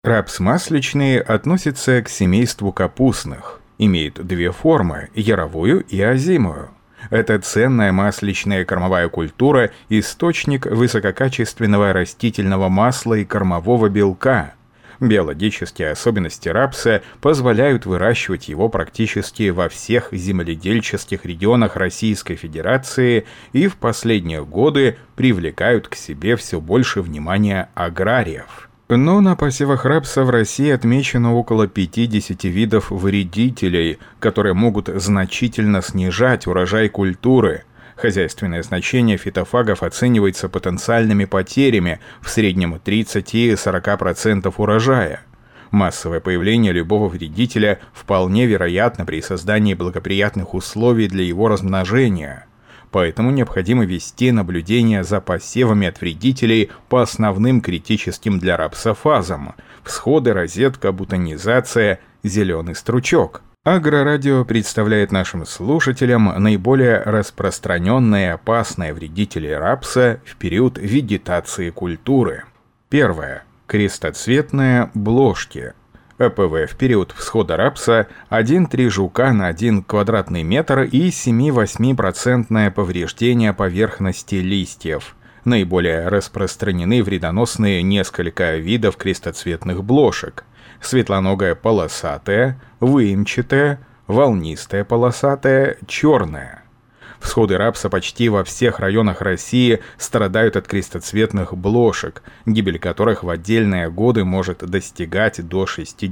Рапс масличный относится к семейству капустных. Имеет две формы – яровую и озимую. Это ценная масличная кормовая культура, источник высококачественного растительного масла и кормового белка. Биологические особенности рапса позволяют выращивать его практически во всех земледельческих регионах Российской Федерации и в последние годы привлекают к себе все больше внимания аграриев. Но на посевах рапса в России отмечено около 50 видов вредителей, которые могут значительно снижать урожай культуры. Хозяйственное значение фитофагов оценивается потенциальными потерями в среднем 30-40% урожая. Массовое появление любого вредителя вполне вероятно при создании благоприятных условий для его размножения. Поэтому необходимо вести наблюдение за посевами от вредителей по основным критическим для рапса фазам – всходы, розетка, бутонизация, зеленый стручок. Агрорадио представляет нашим слушателям наиболее распространенные и опасные вредители рапса в период вегетации культуры. Первое. Крестоцветные бложки. ЭПВ в период всхода рапса 1-3 жука на 1 квадратный метр и 7-8% повреждение поверхности листьев. Наиболее распространены вредоносные несколько видов крестоцветных блошек: светлоногая полосатая, выемчатая, волнистая полосатая, черная. Всходы рапса почти во всех районах России страдают от крестоцветных блошек, гибель которых в отдельные годы может достигать до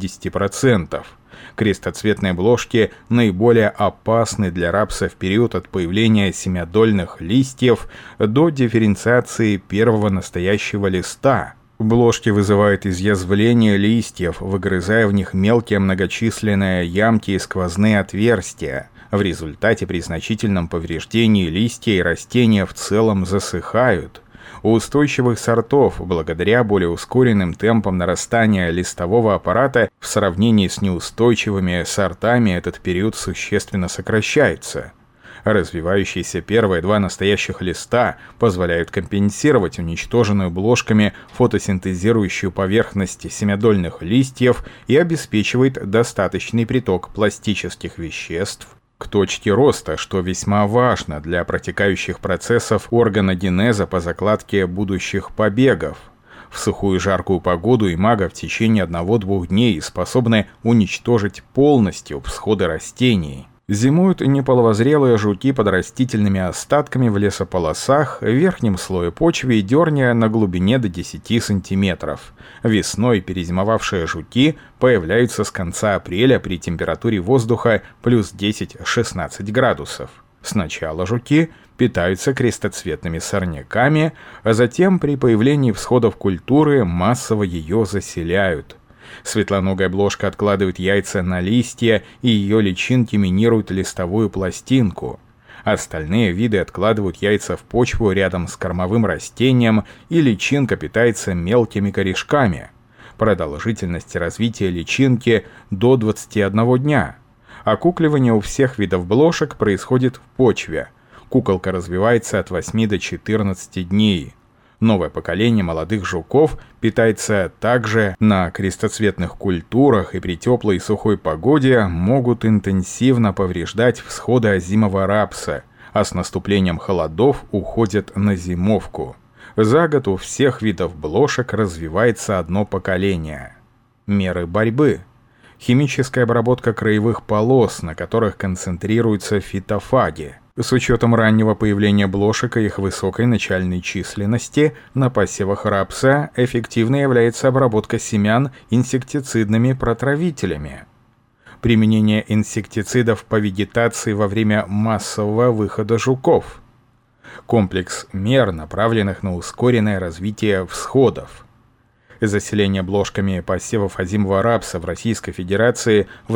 60%. Крестоцветные блошки наиболее опасны для рапса в период от появления семядольных листьев до дифференциации первого настоящего листа. Блошки вызывают изъязвление листьев, выгрызая в них мелкие многочисленные ямки и сквозные отверстия. В результате при значительном повреждении листья и растения в целом засыхают. У устойчивых сортов, благодаря более ускоренным темпам нарастания листового аппарата, в сравнении с неустойчивыми сортами этот период существенно сокращается. Развивающиеся первые два настоящих листа позволяют компенсировать уничтоженную блошками фотосинтезирующую поверхность семядольных листьев и обеспечивает достаточный приток пластических веществ к точке роста, что весьма важно для протекающих процессов органогенеза по закладке будущих побегов. В сухую жаркую погоду имага в течение 1-2 дней способны уничтожить полностью всходы растений. Зимуют неполовозрелые жуки под растительными остатками в лесополосах, в верхнем слое почвы и дерне на глубине до 10 сантиметров. Весной перезимовавшие жуки появляются с конца апреля при температуре воздуха плюс 10-16 градусов. Сначала жуки питаются крестоцветными сорняками, а затем при появлении всходов культуры массово ее заселяют. Светлоногая блошка откладывает яйца на листья, и ее личинки минируют листовую пластинку. Остальные виды откладывают яйца в почву рядом с кормовым растением, и личинка питается мелкими корешками. Продолжительность развития личинки до 21 дня. Окукливание у всех видов блошек происходит в почве. Куколка развивается от 8 до 14 дней. Новое поколение молодых жуков питается также на крестоцветных культурах и при теплой и сухой погоде могут интенсивно повреждать всходы озимого рапса, а с наступлением холодов уходят на зимовку. За год у всех видов блошек развивается одно поколение. Меры борьбы. Химическая обработка краевых полос, на которых концентрируются фитофаги. С учетом раннего появления блошек и их высокой начальной численности, на посевах рапса эффективной является обработка семян инсектицидными протравителями. Применение инсектицидов по вегетации во время массового выхода жуков. Комплекс мер, направленных на ускоренное развитие всходов. Заселение блошками посевов озимого рапса в Российской Федерации в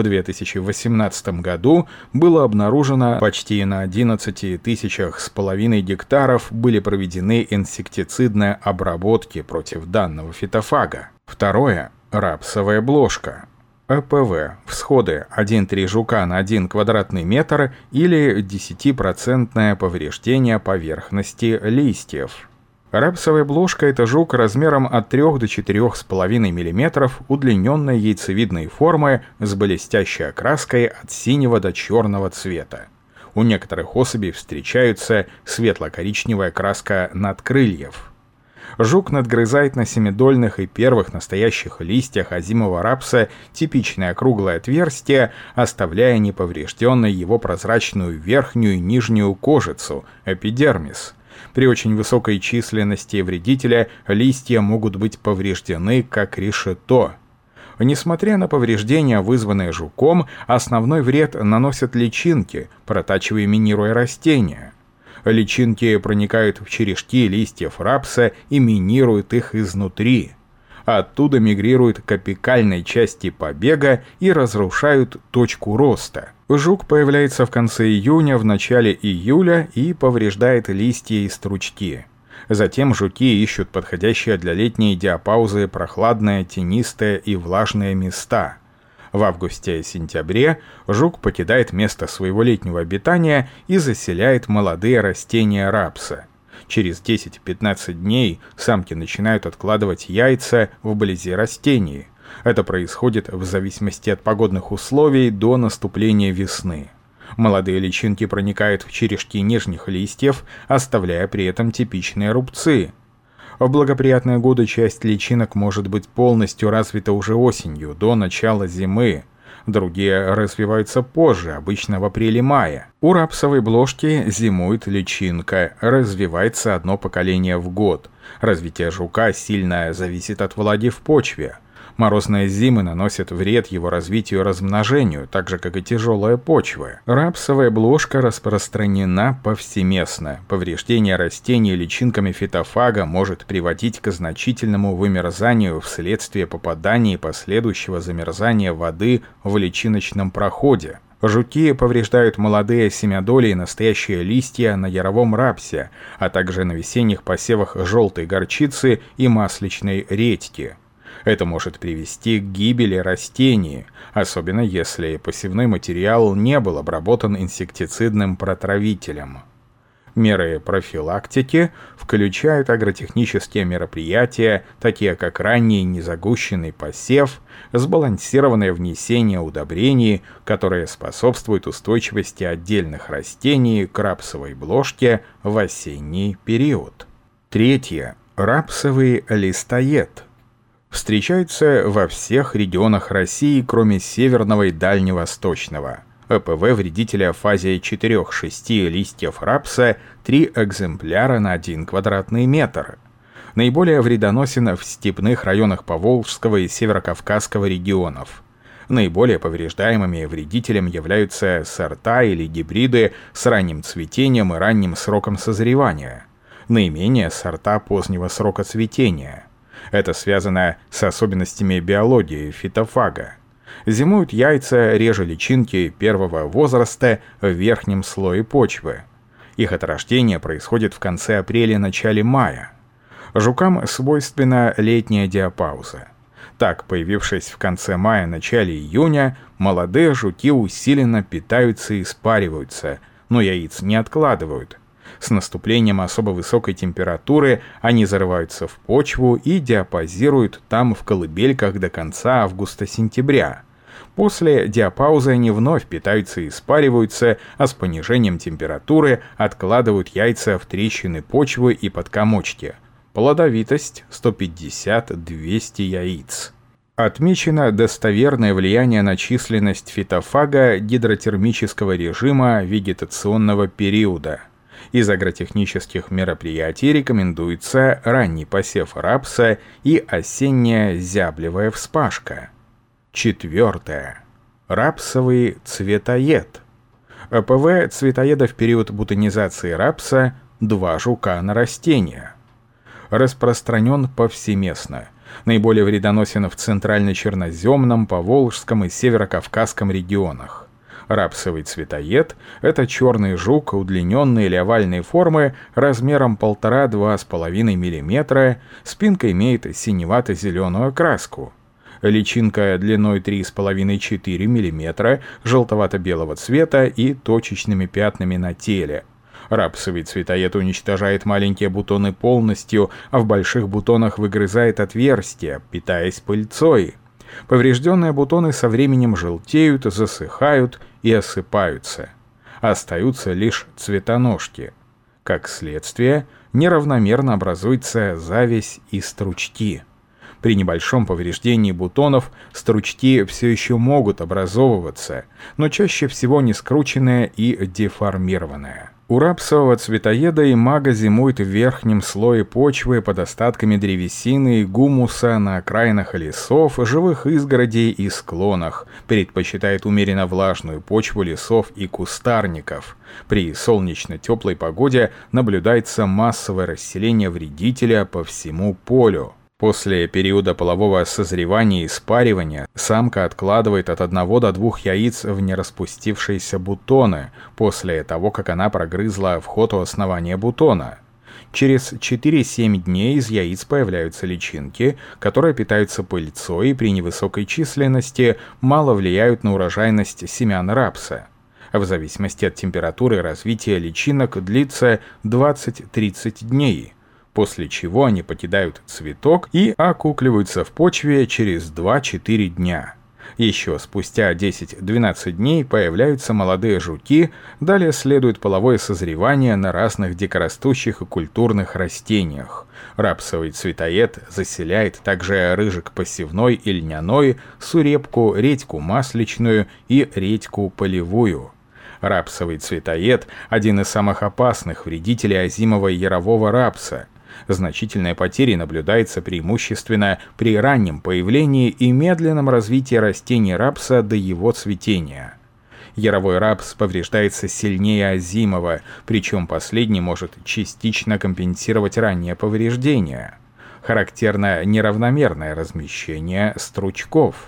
2018 году было обнаружено почти на 11,5 тысячах гектаров были проведены инсектицидные обработки против данного фитофага. Второе. Рапсовая блошка. ЭПВ. Всходы 1-3 жука на 1 квадратный метр или 10% повреждение поверхности листьев. Рапсовая блошка – это жук размером от 3 до 4,5 мм удлиненной яйцевидной формы с блестящей окраской от синего до черного цвета. У некоторых особей встречаются светло-коричневая краска надкрыльев. Жук надгрызает на семидольных и первых настоящих листьях озимого рапса типичное круглое отверстие, оставляя неповрежденной его прозрачную верхнюю и нижнюю кожицу – эпидермис. При очень высокой численности вредителя листья могут быть повреждены как решето. Несмотря на повреждения, вызванные жуком, основной вред наносят личинки, протачивая и минируя растения. Личинки проникают в черешки листьев рапса и минируют их изнутри. Оттуда мигрируют к апикальной части побега и разрушают точку роста. Жук появляется в конце июня, в начале июля и повреждает листья и стручки. Затем жуки ищут подходящие для летней диапаузы прохладные, тенистые и влажные места. В августе и сентябре жук покидает место своего летнего обитания и заселяет молодые растения рапса. Через 10-15 дней самки начинают откладывать яйца вблизи растений. Это происходит в зависимости от погодных условий до наступления весны. Молодые личинки проникают в черешки нижних листьев, оставляя при этом типичные рубцы. В благоприятные годы часть личинок может быть полностью развита уже осенью, до начала зимы. Другие развиваются позже, обычно в апреле-мае. У рапсовой блошки зимует личинка, развивается одно поколение в год. Развитие жука сильно зависит от влаги в почве. Морозные зимы наносят вред его развитию и размножению, так же, как и тяжелая почва. Рапсовая блошка распространена повсеместно. Повреждение растений личинками фитофага может приводить к значительному вымерзанию вследствие попадания и последующего замерзания воды в личиночном проходе. Жуки повреждают молодые семядоли и настоящие листья на яровом рапсе, а также на весенних посевах желтой горчицы и масличной редьки. Это может привести к гибели растений, особенно если посевной материал не был обработан инсектицидным протравителем. Меры профилактики включают агротехнические мероприятия, такие как ранний незагущенный посев, сбалансированное внесение удобрений, которые способствуют устойчивости отдельных растений к рапсовой блошке в осенний период. Третье. Рапсовый листоед. Встречаются во всех регионах России, кроме северного и дальневосточного. ЭПВ вредителя в фазе 4-6 листьев рапса 3 экземпляра на 1 квадратный метр. Наиболее вредоносен в степных районах Поволжского и Северокавказского регионов. Наиболее повреждаемыми вредителем являются сорта или гибриды с ранним цветением и ранним сроком созревания. Наименее сорта позднего срока цветения. Это связано с особенностями биологии фитофага. Зимуют яйца реже личинки первого возраста в верхнем слое почвы. Их отрождение происходит в конце апреля-начале мая. Жукам свойственна летняя диапауза. Так, появившись в конце мая-начале июня, молодые жуки усиленно питаются и спариваются, но яиц не откладывают. С наступлением особо высокой температуры они зарываются в почву и диапазируют там в колыбельках до конца августа-сентября. После диапаузы они вновь питаются и спариваются, а с понижением температуры откладывают яйца в трещины почвы и под комочки. Плодовитость 150-200 яиц. Отмечено достоверное влияние на численность фитофага гидротермического режима вегетационного периода. Из агротехнических мероприятий рекомендуется ранний посев рапса и осенняя зяблевая вспашка. Четвертое. Рапсовый цветоед. АПВ цветоеда в период бутонизации рапса – 2 жука на растение. Распространен повсеместно. Наиболее вредоносен в центрально-черноземном, Поволжском и Северокавказском регионах. Рапсовый цветоед – это черный жук удлиненной или овальной формы размером 1,5–2,5 мм, спинка имеет синевато-зеленую окраску. Личинка длиной 3,5–4 мм, желтовато-белого цвета и точечными пятнами на теле. Рапсовый цветоед уничтожает маленькие бутоны полностью, а в больших бутонах выгрызает отверстия, питаясь пыльцой. Поврежденные бутоны со временем желтеют, засыхают и осыпаются. Остаются лишь цветоножки. Как следствие, неравномерно образуется завязь и стручки. При небольшом повреждении бутонов стручки все еще могут образовываться, но чаще всего не скрученные и деформированные. У рапсового цветоеда имага зимует в верхнем слое почвы под остатками древесины и гумуса на окраинах лесов, живых изгородей и склонах, предпочитает умеренно влажную почву лесов и кустарников. При солнечно-теплой погоде наблюдается массовое расселение вредителя по всему полю. После периода полового созревания и спаривания самка откладывает от 1 до 2 яиц в нераспустившиеся бутоны, после того, как она прогрызла вход у основания бутона. Через 4-7 дней из яиц появляются личинки, которые питаются пыльцой и при невысокой численности мало влияют на урожайность семян рапса. В зависимости от температуры развитие личинок длится 20-30 дней, после чего они покидают цветок и окукливаются в почве через 2-4 дня. Еще спустя 10-12 дней появляются молодые жуки, далее следует половое созревание на разных дикорастущих и культурных растениях. Рапсовый цветоед заселяет также рыжик посевной и льняной, сурепку, редьку масличную и редьку полевую. Рапсовый цветоед – один из самых опасных вредителей озимого и ярового рапса. Значительные потери наблюдаются преимущественно при раннем появлении и медленном развитии растений рапса до его цветения. Яровой рапс повреждается сильнее озимого, причем последний может частично компенсировать раннее повреждение. Характерно неравномерное размещение стручков.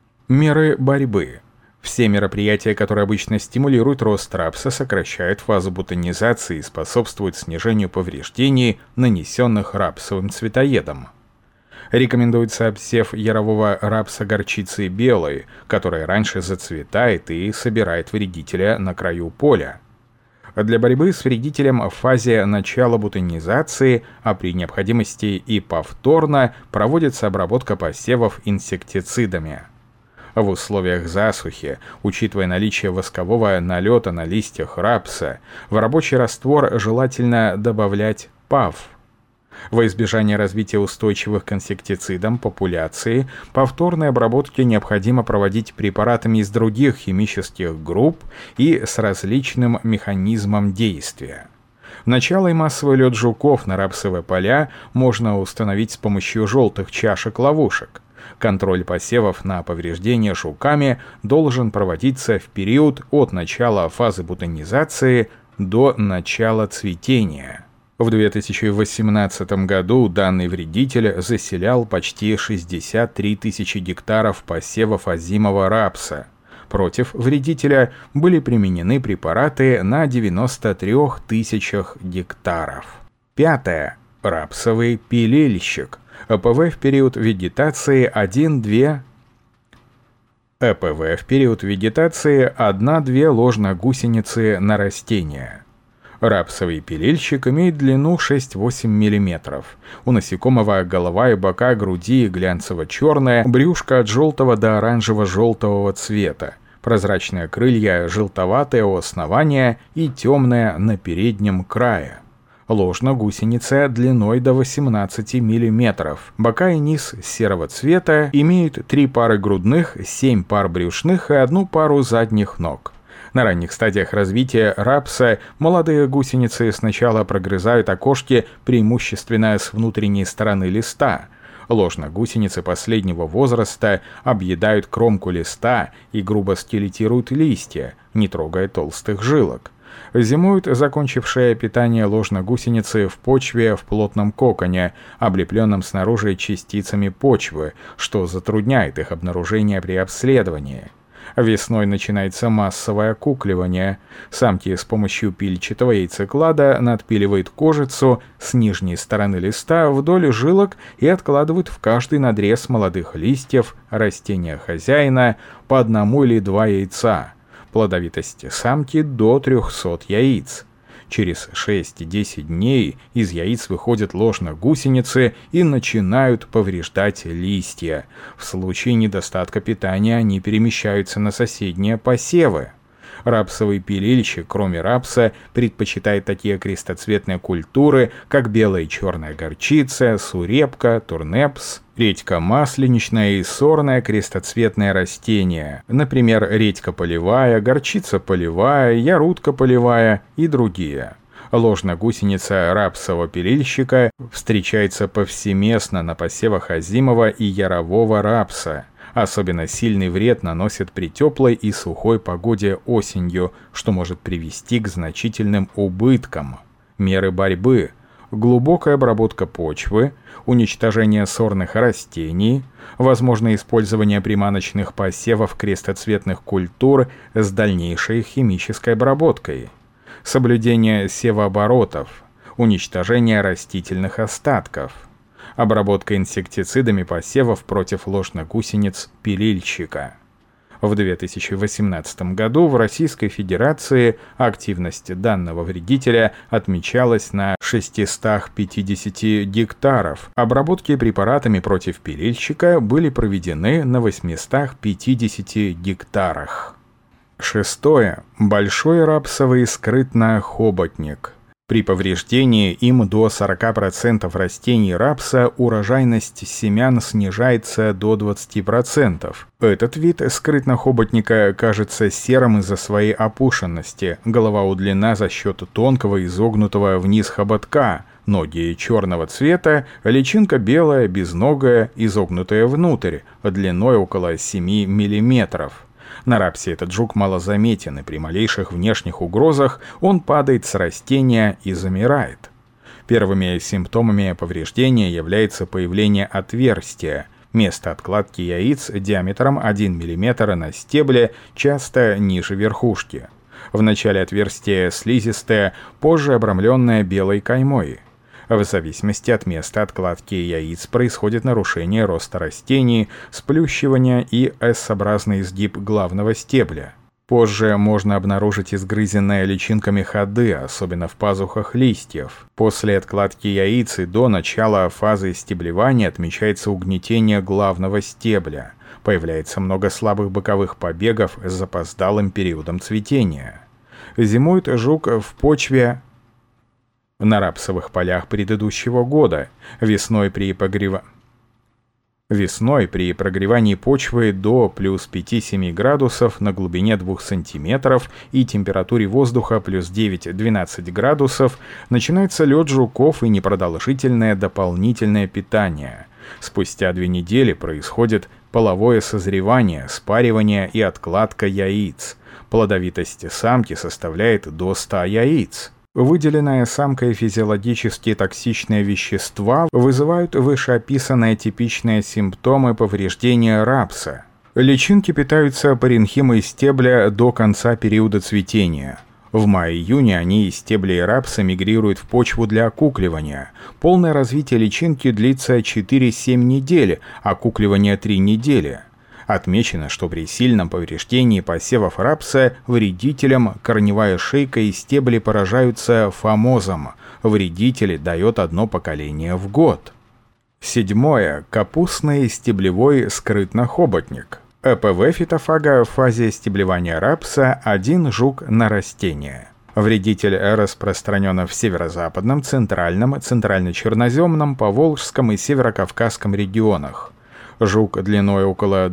Меры борьбы. Все мероприятия, которые обычно стимулируют рост рапса, сокращают фазу бутонизации и способствуют снижению повреждений, нанесенных рапсовым цветоедом. Рекомендуется обсев ярового рапса горчицей белой, которая раньше зацветает и собирает вредителя на краю поля. Для борьбы с вредителем в фазе начала бутонизации, а при необходимости и повторно, проводится обработка посевов инсектицидами. В условиях засухи, учитывая наличие воскового налета на листьях рапса, в рабочий раствор желательно добавлять ПАВ. Во избежание развития устойчивых к инсектицидам популяции, повторной обработки необходимо проводить препаратами из других химических групп и с различным механизмом действия. Начало и массовый лет жуков на рапсовые поля можно установить с помощью желтых чашек-ловушек. Контроль посевов на повреждения жуками должен проводиться в период от начала фазы бутонизации до начала цветения. В 2018 году данный вредитель заселял почти 63 тысячи гектаров посевов озимого рапса. Против вредителя были применены препараты на 93 тысячах гектаров. 5. Рапсовый пилильщик. ЭПВ в период вегетации 1-2 ЭПВ в период вегетации 1-2 ложногусеницы на растение. Рапсовый пилильщик имеет длину 6-8 мм. У насекомого голова и бока груди глянцево-черная, брюшко от желтого до оранжево-желтого цвета, прозрачные крылья желтоватые у основания и темные на переднем крае. Ложно-гусеница длиной до 18 мм. Бока и низ серого цвета, имеют 3 пары грудных, 7 пар брюшных и 1 пару задних ног. На ранних стадиях развития рапса молодые гусеницы сначала прогрызают окошки преимущественно с внутренней стороны листа. Ложно-гусеницы последнего возраста объедают кромку листа и грубо скелетируют листья, не трогая толстых жилок. Зимуют закончившие питание ложно-гусеницы в почве в плотном коконе, облепленном снаружи частицами почвы, что затрудняет их обнаружение при обследовании. Весной начинается массовое окукливание. Самки с помощью пильчатого яйцеклада надпиливают кожицу с нижней стороны листа вдоль жилок и откладывают в каждый надрез молодых листьев растения хозяина по 1 или 2 яйца. Плодовитость самки до 300 яиц. Через 6-10 дней из яиц выходят ложно-гусеницы и начинают повреждать листья. В случае недостатка питания они перемещаются на соседние посевы. Рапсовый пилильщик, кроме рапса, предпочитает такие крестоцветные культуры, как белая и черная горчица, сурепка, турнепс, редька масленичная и сорное крестоцветное растение, например, редька полевая, горчица полевая, ярутка полевая и другие. Ложно-гусеница рапсового пилильщика встречается повсеместно на посевах озимого и ярового рапса. Особенно сильный вред наносит при теплой и сухой погоде осенью, что может привести к значительным убыткам. Меры борьбы: глубокая обработка почвы, уничтожение сорных растений, возможно использование приманочных посевов крестоцветных культур с дальнейшей химической обработкой, соблюдение севооборотов, уничтожение растительных остатков, обработка инсектицидами посевов против ложно-гусениц пилильщика. В 2018 году в Российской Федерации активность данного вредителя отмечалась на 650 гектаров. Обработки препаратами против пилильщика были проведены на 850 гектарах. Шестое. Большой рапсовый скрытно-хоботник. При повреждении им до 40% растений рапса урожайность семян снижается до 20%. Этот вид скрытно-хоботника кажется серым из-за своей опушенности, голова удлинена за счет тонкого изогнутого вниз хоботка, ноги черного цвета, личинка белая, безногая, изогнутая внутрь, длиной около 7 мм. На рапсе этот жук мало заметен, и при малейших внешних угрозах он падает с растения и замирает. Первыми симптомами повреждения является появление отверстия, место откладки яиц диаметром 1 мм на стебле, часто ниже верхушки. В начале отверстие слизистое, позже обрамленное белой каймой. В зависимости от места откладки яиц происходит нарушение роста растений, сплющивание и S-образный изгиб главного стебля. Позже можно обнаружить изгрызенные личинками ходы, особенно в пазухах листьев. После откладки яиц и до начала фазы стеблевания отмечается угнетение главного стебля. Появляется много слабых боковых побегов с запоздалым периодом цветения. Зимует жук в почве на рапсовых полях предыдущего года, весной при прогревании почвы до плюс 5-7 градусов на глубине 2 см и температуре воздуха плюс 9-12 градусов начинается лед жуков и непродолжительное дополнительное питание. Спустя 2 недели происходит половое созревание, спаривание и откладка яиц. Плодовитость самки составляет до 100 яиц. Выделенные самкой физиологически токсичные вещества вызывают вышеописанные типичные симптомы повреждения рапса. Личинки питаются паренхимой стебля до конца периода цветения. В мае-июне они из стеблей рапса мигрируют в почву для окукливания. Полное развитие личинки длится 4-7 недель, окукливание 3 недели. Отмечено, что при сильном повреждении посевов рапса вредителем корневая шейка и стебли поражаются фомозом. Вредитель дает 1 поколение в год. Седьмое. Капустный стеблевой скрытно-хоботник. ЭПВ фитофага в фазе стеблевания рапса 1 жук на растение. Вредитель распространен в северо-западном, центральном, центрально-черноземном, поволжском и северокавказском регионах. Жук длиной около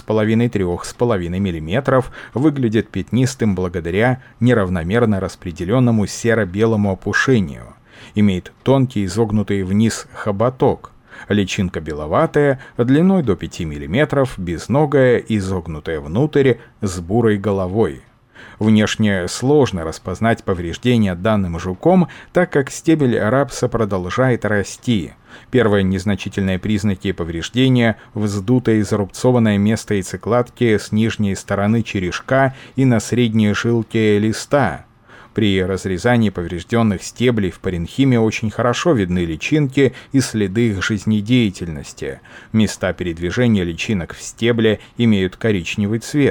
2,5-3,5 мм выглядит пятнистым благодаря неравномерно распределенному серо-белому опушению. Имеет тонкий изогнутый вниз хоботок. Личинка беловатая, длиной до 5 мм, безногая, изогнутая внутрь, с бурой головой. Внешне сложно распознать повреждения данным жуком, так как стебель рапса продолжает расти. Первые незначительные признаки повреждения – вздутое и зарубцованное место яйцекладки с нижней стороны черешка и на средней жилке листа. При разрезании поврежденных стеблей в паренхиме очень хорошо видны личинки и следы их жизнедеятельности. Места передвижения личинок в стебле имеют коричневый цвет.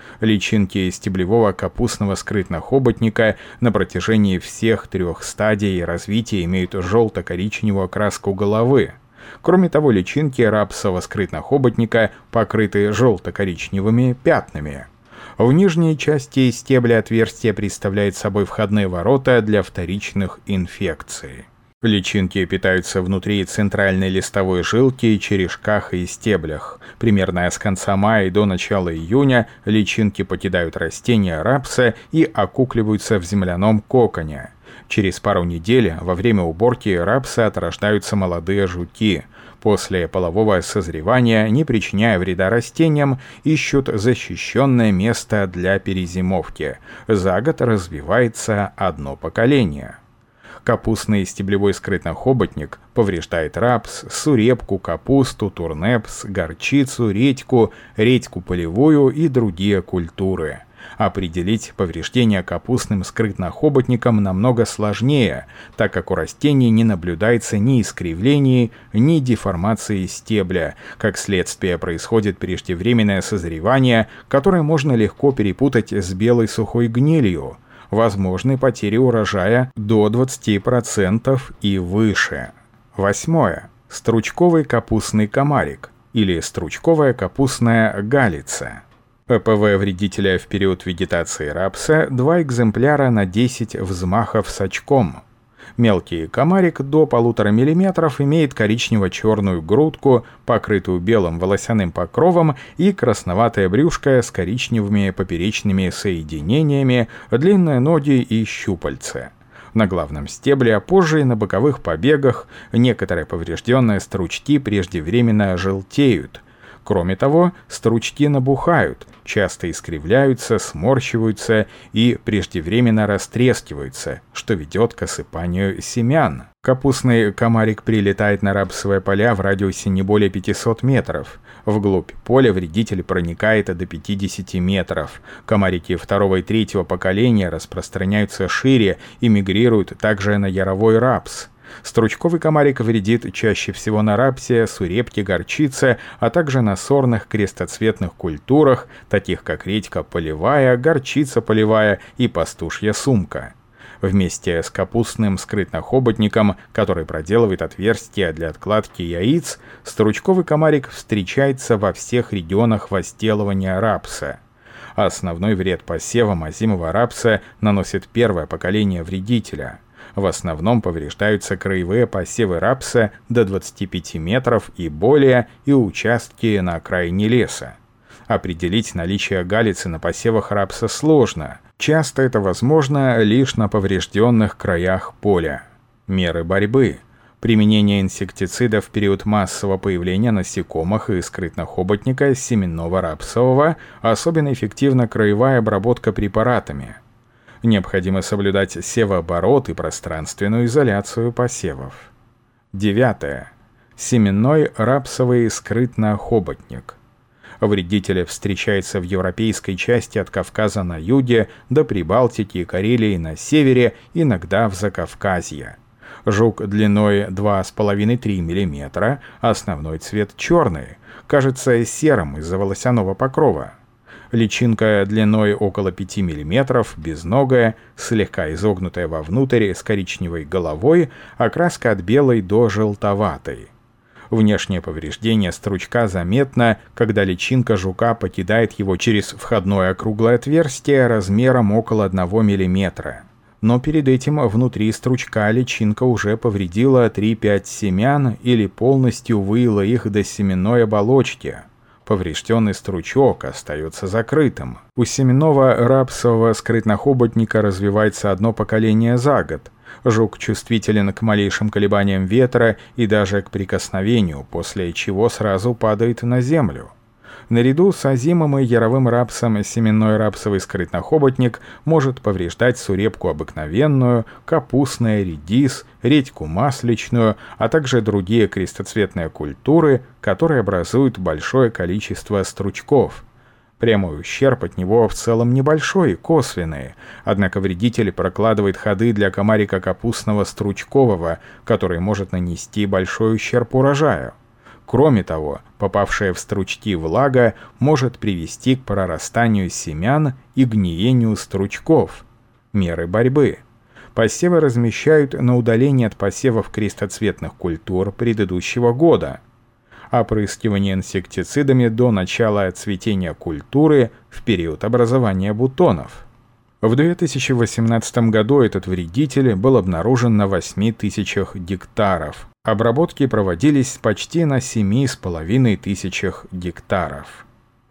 Личинки стеблевого капустного скрытнохоботника на протяжении всех 3 стадий развития имеют желто-коричневую окраску головы. Кроме того, личинки рапсового скрытнохоботника покрыты желто-коричневыми пятнами. В нижней части стебля отверстия представляет собой входные ворота для вторичных инфекций. Личинки питаются внутри центральной листовой жилки, черешках и стеблях. Примерно с конца мая до начала июня личинки покидают растения рапса и окукливаются в земляном коконе. Через пару недель во время уборки рапса отрождаются молодые жуки. После полового созревания, не причиняя вреда растениям, ищут защищенное место для перезимовки. За год развивается одно поколение. Капустный стеблевой скрытнохоботник повреждает рапс, сурепку, капусту, турнепс, горчицу, редьку полевую и другие культуры. Определить повреждения капустным скрытнохоботником намного сложнее, так как у растений не наблюдается ни искривлений, ни деформации стебля. Как следствие, происходит преждевременное созревание, которое можно легко перепутать с белой сухой гнилью. Возможны потери урожая до 20% и выше. 8. Стручковый капустный комарик или стручковая капустная галица. ППВ вредителя в период вегетации рапса 2 экземпляра на 10 взмахов с очком. Мелкий комарик до 1,5 мм имеет коричнево-черную грудку, покрытую белым волосяным покровом, и красноватое брюшко с коричневыми поперечными соединениями, длинные ноги и щупальца. На главном стебле, а позже и на боковых побегах некоторые поврежденные стручки преждевременно желтеют. Кроме того, стручки набухают, часто искривляются, сморщиваются и преждевременно растрескиваются, что ведет к осыпанию семян. Капустный комарик прилетает на рапсовые поля в радиусе не более 500 метров. Вглубь поля вредитель проникает до 50 метров. Комарики 2 и 3 поколения распространяются шире и мигрируют также на яровой рапс. Стручковый комарик вредит чаще всего на рапсе, сурепке, горчице, а также на сорных крестоцветных культурах, таких как редька полевая, горчица полевая и пастушья сумка. Вместе с капустным скрытнохоботником, который проделывает отверстия для откладки яиц, стручковый комарик встречается во всех регионах возделывания рапса. Основной вред посевам озимого рапса наносит первое поколение вредителя. В основном повреждаются краевые посевы рапса до 25 метров и более и участки на окраине леса. Определить наличие галицы на посевах рапса сложно. Часто это возможно лишь на поврежденных краях поля. Меры борьбы. Применение инсектицидов в период массового появления насекомых и скрытнохоботника семенного рапсового, особенно эффективна краевая обработка препаратами. Необходимо соблюдать севооборот и пространственную изоляцию посевов. 9. Семенной рапсовый скрытнохоботник. Вредитель встречается в европейской части от Кавказа на юге до Прибалтики и Карелии на севере, иногда в Закавказье. Жук длиной 2,5-3 мм, основной цвет черный, кажется серым из-за волосяного покрова. Личинка длиной около 5 мм, безногая, слегка изогнутая вовнутрь с коричневой головой, окраска от белой до желтоватой. Внешнее повреждение стручка заметно, когда личинка жука покидает его через входное округлое отверстие размером около 1 мм. Но перед этим внутри стручка личинка уже повредила 3-5 семян или полностью выила их до семенной оболочки. Поврежденный стручок остается закрытым. У семенного рапсового скрытнохоботника развивается одно поколение за год. Жук чувствителен к малейшим колебаниям ветра и даже к прикосновению, после чего сразу падает на землю. Наряду с озимым и яровым рапсом семенной рапсовый скрытнохоботник может повреждать сурепку обыкновенную, капустный редис, редьку масличную, а также другие крестоцветные культуры, которые образуют большое количество стручков. Прямой ущерб от него в целом небольшой, косвенный, однако вредитель прокладывает ходы для комарика капустного стручкового, который может нанести большой ущерб урожаю. Кроме того, попавшая в стручки влага может привести к прорастанию семян и гниению стручков. Меры борьбы. Посевы размещают на удалении от посевов крестоцветных культур предыдущего года. Опрыскивание инсектицидами до начала цветения культуры в период образования бутонов. В 2018 году этот вредитель был обнаружен на 8000 гектаров. Обработки проводились почти на 7500 гектаров.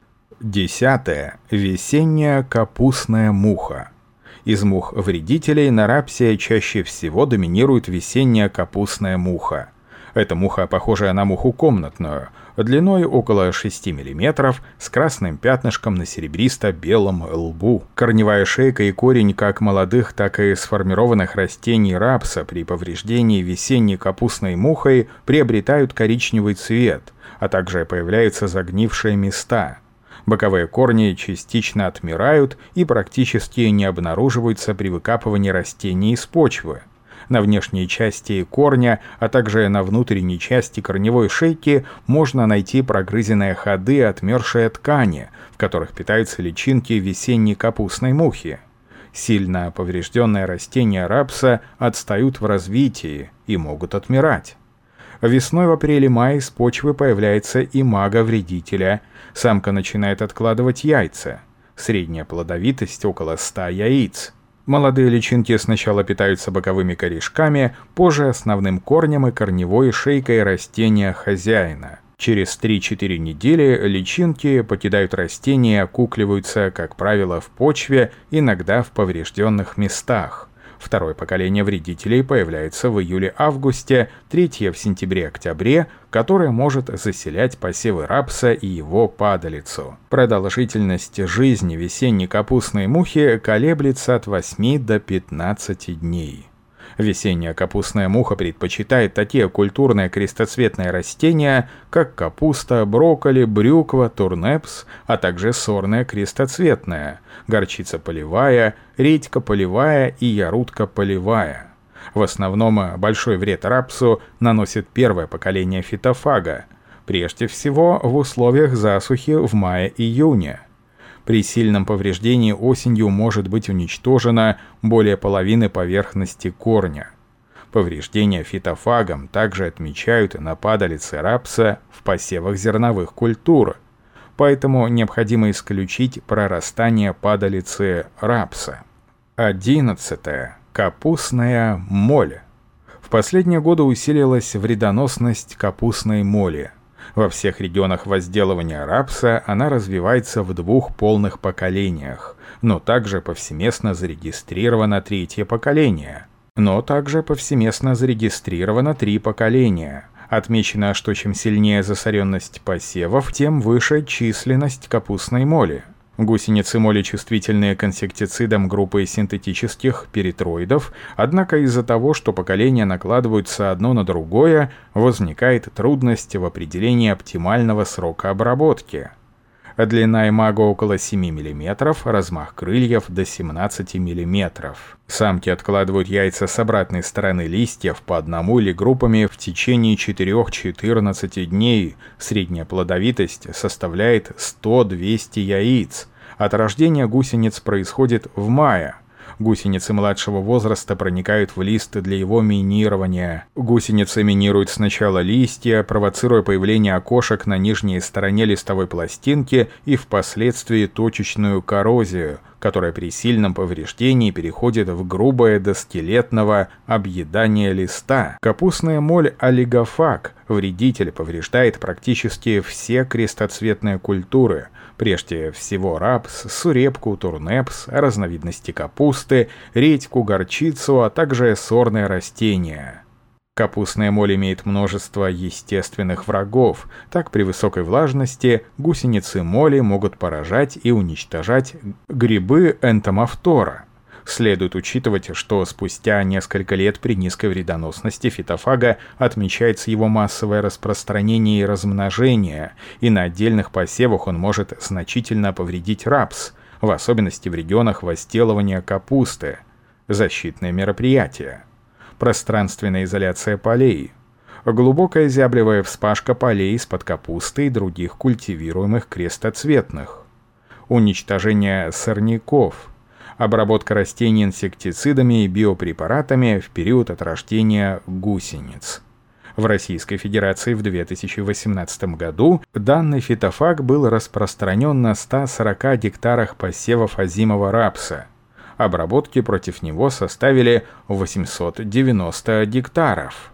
10. Весенняя капустная муха. Из мух-вредителей на рапсе чаще всего доминирует весенняя капустная муха. Эта муха, похожая на муху комнатную, длиной около 6 мм, с красным пятнышком на серебристо-белом лбу. Корневая шейка и корень как молодых, так и сформированных растений рапса при повреждении весенней капустной мухой приобретают коричневый цвет, а также появляются загнившие места. Боковые корни частично отмирают и практически не обнаруживаются при выкапывании растений из почвы. На внешней части корня, а также на внутренней части корневой шейки можно найти прогрызенные ходы отмершей ткани, в которых питаются личинки весенней капустной мухи. Сильно поврежденные растения рапса отстают в развитии и могут отмирать. Весной в апреле-мае из почвы появляется имага вредителя. Самка начинает откладывать яйца. Средняя плодовитость около 100 яиц. Молодые личинки сначала питаются боковыми корешками, позже основным корнем и корневой шейкой растения хозяина. Через 3-4 недели личинки покидают растение и окукливаются, как правило, в почве, иногда в поврежденных местах. Второе поколение вредителей появляется в июле-августе, третье в сентябре-октябре, которое может заселять посевы рапса и его падалицу. Продолжительность жизни весенней капустной мухи колеблется от 8 до 15 дней. Весенняя капустная муха предпочитает такие культурные крестоцветные растения, как капуста, брокколи, брюква, турнепс, а также сорная крестоцветная, горчица полевая, редька полевая и ярутка полевая. В основном большой вред рапсу наносит первое поколение фитофага, прежде всего в условиях засухи в мае-июне. При сильном повреждении осенью может быть уничтожено более половины поверхности корня. Повреждения фитофагом также отмечают на падалице рапса в посевах зерновых культур, поэтому необходимо исключить прорастание падалицы рапса. 11. Капустная моль. В последние годы усилилась вредоносность капустной моли. Во всех регионах возделывания рапса она развивается в 2 полных поколениях, но также повсеместно зарегистрировано 3-е поколение. Три поколения. Отмечено, что чем сильнее засоренность посевов, тем выше численность капустной моли. Гусеницы моли чувствительны к инсектицидам группы синтетических перитроидов, однако из-за того, что поколения накладываются одно на другое, возникает трудность в определении оптимального срока обработки. Длина имага около 7 мм, размах крыльев до 17 мм. Самки откладывают яйца с обратной стороны листьев по одному или группами в течение 4-14 дней. Средняя плодовитость составляет 100-200 яиц. От рождения гусениц происходит в мае. Гусеницы младшего возраста проникают в лист для его минирования. Гусеницы минируют сначала листья, провоцируя появление окошек на нижней стороне листовой пластинки и впоследствии точечную коррозию, которая при сильном повреждении переходит в грубое до скелетного объедание листа. Капустная моль олигофаг, вредитель, повреждает практически все крестоцветные культуры, прежде всего рапс, сурепку, турнепс, разновидности капусты, редьку, горчицу, а также сорные растения. Капустная моль имеет множество естественных врагов. Так, при высокой влажности гусеницы моли могут поражать и уничтожать грибы энтомофтора. Следует учитывать, что спустя несколько лет при низкой вредоносности фитофага отмечается его массовое распространение и размножение, и на отдельных посевах он может значительно повредить рапс, в особенности в регионах возделывания капусты. Защитные мероприятия. Пространственная изоляция полей. Глубокая зяблевая вспашка полей из-под капусты и других культивируемых крестоцветных. Уничтожение сорняков. Обработка растений инсектицидами и биопрепаратами в период от рождения гусениц. В Российской Федерации в 2018 году данный фитофаг был распространен на 140 гектарах посевов озимого рапса. Обработки против него составили 890 гектаров.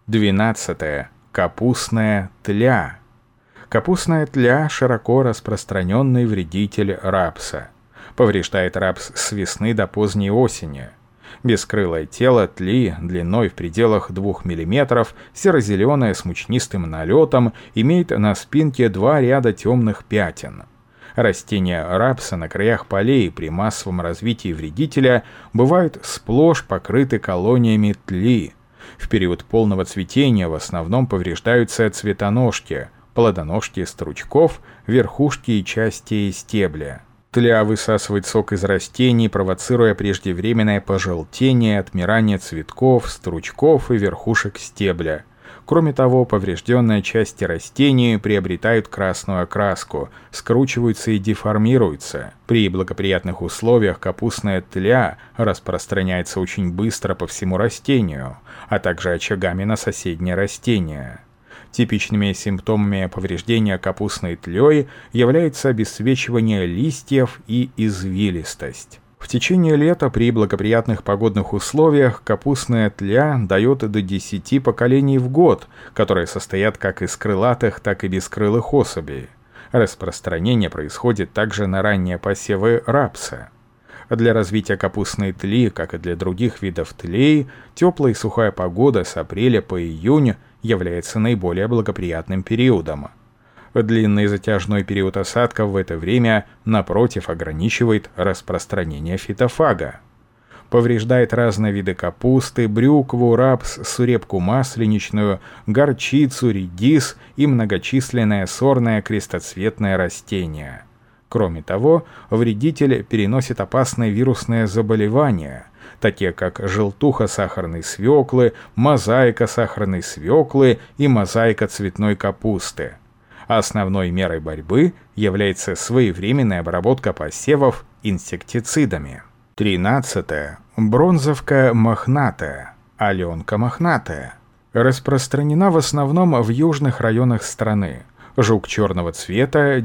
12. Капустная тля. Капустная тля – широко распространенный вредитель рапса. Повреждает рапс с весны до поздней осени. Бескрылое тело тли длиной в пределах 2 мм, серо-зеленое с мучнистым налетом, имеет на спинке 2 ряда темных пятен. Растения рапса на краях полей при массовом развитии вредителя бывают сплошь покрыты колониями тли. В период полного цветения в основном повреждаются цветоножки, плодоножки стручков, верхушки и части стебля. Тля высасывает сок из растений, провоцируя преждевременное пожелтение, отмирание цветков, стручков и верхушек стебля. Кроме того, поврежденные части растений приобретают красную окраску, скручиваются и деформируются. При благоприятных условиях капустная тля распространяется очень быстро по всему растению, а также очагами на соседние растения. Типичными симптомами повреждения капустной тлей является обесцвечивание листьев и извилистость. В течение лета при благоприятных погодных условиях капустная тля дает до 10 поколений в год, которые состоят как из крылатых, так и бескрылых особей. Распространение происходит также на ранние посевы рапса. Для развития капустной тли, как и для других видов тлей, теплая и сухая погода с апреля по июнь является наиболее благоприятным периодом. Длинный затяжной период осадков в это время, напротив, ограничивает распространение фитофага. Повреждает разные виды капусты, брюкву, рапс, сурепку масленичную, горчицу, редис и многочисленное сорное крестоцветное растение. Кроме того, вредитель переносит опасные вирусные заболевания, такие как желтуха сахарной свеклы, мозаика сахарной свеклы и мозаика цветной капусты. Основной мерой борьбы является своевременная обработка посевов инсектицидами. 13. Бронзовка мохнатая, аленка мохнатая. Распространена в основном в южных районах страны. Жук черного цвета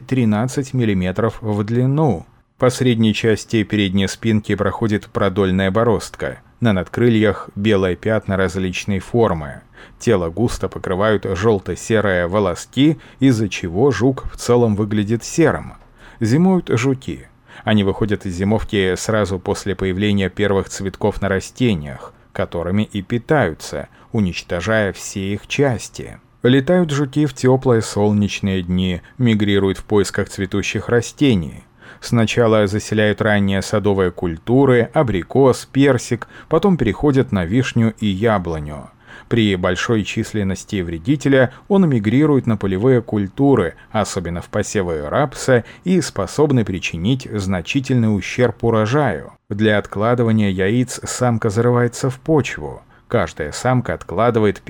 9-13 мм в длину. По средней части передней спинки проходит продольная бороздка. На надкрыльях белые пятна различной формы. Тело густо покрывают желто-серые волоски, из-за чего жук в целом выглядит серым. Зимуют жуки. Они выходят из зимовки сразу после появления первых цветков на растениях, которыми и питаются, уничтожая все их части. Летают жуки в теплые солнечные дни, мигрируют в поисках цветущих растений. Сначала заселяют ранние садовые культуры, абрикос, персик, потом переходят на вишню и яблоню. При большой численности вредителя он мигрирует на полевые культуры, особенно в посевы рапса, и способны причинить значительный ущерб урожаю. Для откладывания яиц самка зарывается в почву. Каждая самка откладывает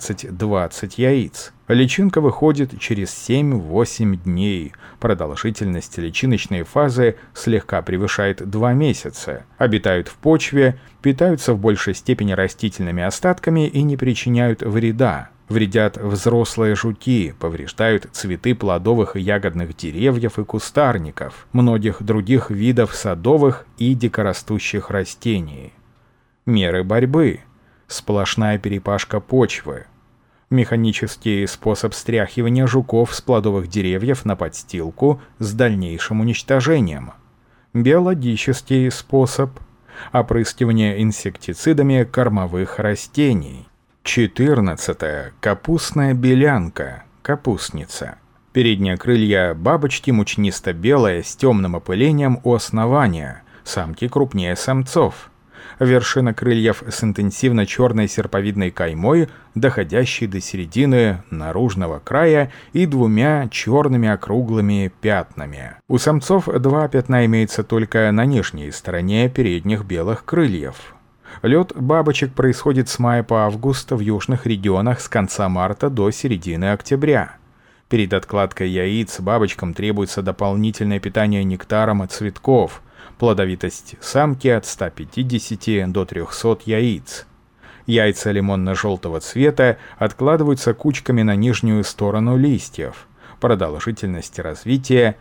15-20 яиц. Личинка выходит через 7-8 дней. Продолжительность личиночной фазы слегка превышает 2 месяца. Обитают в почве, питаются в большей степени растительными остатками и не причиняют вреда. Вредят взрослые жуки, повреждают цветы плодовых и ягодных деревьев и кустарников, многих других видов садовых и дикорастущих растений. Меры борьбы. Сплошная перепашка почвы. Механический способ стряхивания жуков с плодовых деревьев на подстилку с дальнейшим уничтожением. Биологический способ. Опрыскивание инсектицидами кормовых растений. 14. Капустная белянка, капустница. Передние крылья бабочки мучнисто-белые с темным опылением у основания, самки крупнее самцов. Вершина крыльев с интенсивно черной серповидной каймой, доходящей до середины наружного края и 2 черными округлыми пятнами. У самцов 2 пятна имеется только на нижней стороне передних белых крыльев. Лёт бабочек происходит с мая по август в южных регионах с конца марта до середины октября. Перед откладкой яиц бабочкам требуется дополнительное питание нектаром от цветков, плодовитость самки от 150 до 300 яиц. Яйца лимонно-желтого цвета откладываются кучками на нижнюю сторону листьев. Продолжительность развития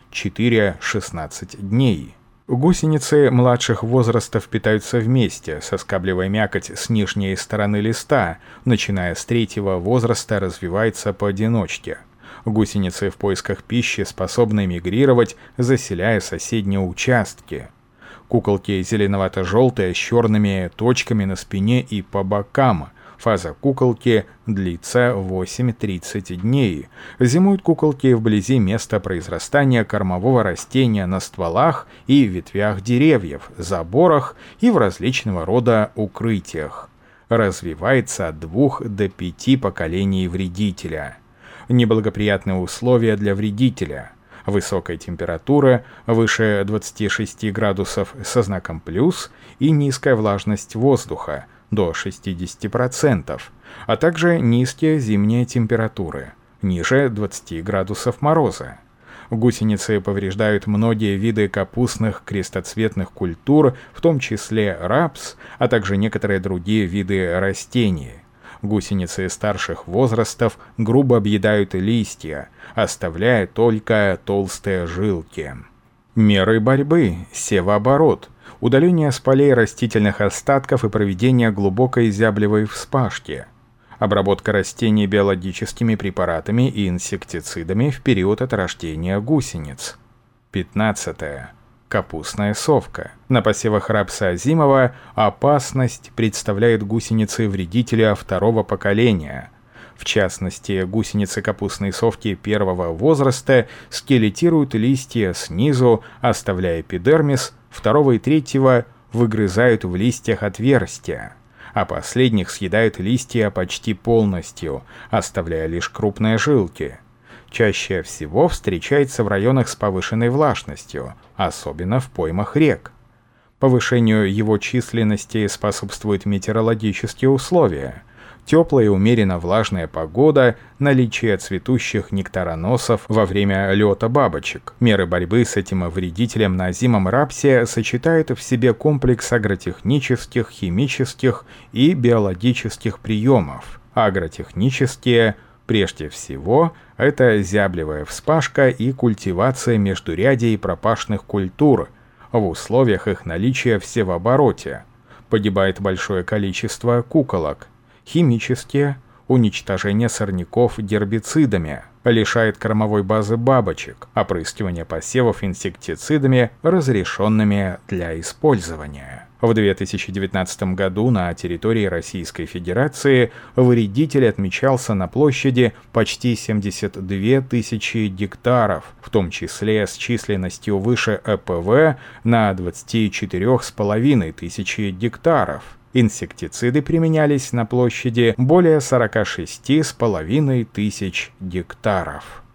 4-16 дней. Гусеницы младших возрастов питаются вместе, соскабливая мякоть с нижней стороны листа, начиная с 3-го возраста развивается поодиночке. Гусеницы в поисках пищи способны мигрировать, заселяя соседние участки. Куколки зеленовато-желтые с черными точками на спине и по бокам. Фаза куколки длится 8-30 дней. Зимуют куколки вблизи места произрастания кормового растения на стволах и ветвях деревьев, заборах и в различного рода укрытиях. Развивается от 2 до 5 поколений вредителя. Неблагоприятные условия для вредителя. Высокая температура, выше 26 градусов со знаком плюс, и низкая влажность воздуха, до 60%, а также низкие зимние температуры, ниже 20 градусов мороза. Гусеницы повреждают многие виды капустных крестоцветных культур, в том числе рапс, а также некоторые другие виды растений. Гусеницы старших возрастов грубо объедают листья, оставляя только толстые жилки. Меры борьбы: севооборот, удаление с полей растительных остатков и проведение глубокой зяблевой вспашки, обработка растений биологическими препаратами и инсектицидами в период от рождения гусениц. 15. Капустная совка. На посевах рапса озимого опасность представляет гусеницы-вредителя 2-го поколения. В частности, гусеницы капустной совки 1-го возраста скелетируют листья снизу, оставляя эпидермис, 2-го и 3-го выгрызают в листьях отверстия, а последних съедают листья почти полностью, оставляя лишь крупные жилки. Чаще всего встречается в районах с повышенной влажностью, особенно в поймах рек. Повышению его численности способствуют метеорологические условия: теплая и умеренно влажная погода, наличие цветущих нектароносов во время лёта бабочек. Меры борьбы с этим вредителем на озимом рапсе сочетают в себе комплекс агротехнических, химических и биологических приемов. Агротехнические – прежде всего, это зяблевая вспашка и культивация междурядий пропашных культур в условиях их наличия в севообороте. Погибает большое количество куколок. Химические – уничтожение сорняков гербицидами, лишает кормовой базы бабочек, опрыскивание посевов инсектицидами, разрешенными для использования. В 2019 году на территории Российской Федерации вредитель отмечался на площади почти 72 тысячи гектаров, в том числе с численностью выше ЭПВ на 24,5 тысячи гектаров. Инсектициды применялись на площади более 46,5 тысяч гектаров.